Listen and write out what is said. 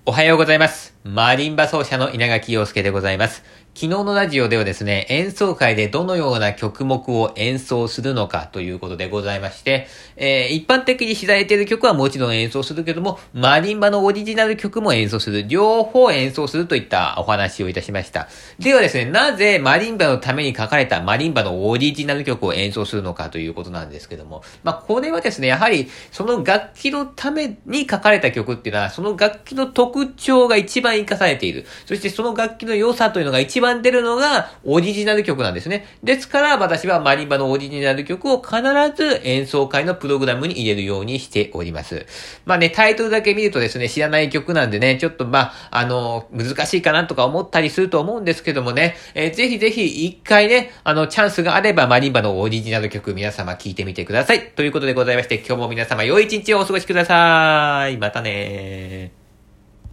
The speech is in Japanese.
おはようございます。マリンバ奏者の稲垣陽介でございます。昨日のラジオではですね、演奏会でどのような曲目を演奏するのかということでございまして、一般的に知られている曲はもちろん演奏するけども、マリンバのオリジナル曲も演奏する、両方演奏するといったお話をいたしました。ではですね、なぜマリンバのために書かれたマリンバのオリジナル曲を演奏するのかということなんですけども、これはですね、やはりその楽器のために書かれた曲っていうのは、その楽器の特徴が一番活かされている。そしてその楽器の良さというのが一番出るのがオリジナル曲なんですね。ですから私はマリンバのオリジナル曲を必ず演奏会のプログラムに入れるようにしております。タイトルだけ見るとですね、知らない曲なんでね、ちょっと難しいかなとか思ったりすると思うんですけどもね、ぜひぜひ一回ね、チャンスがあればマリンバのオリジナル曲皆様聴いてみてください。ということでございまして、今日も皆様良い一日をお過ごしください。またねー。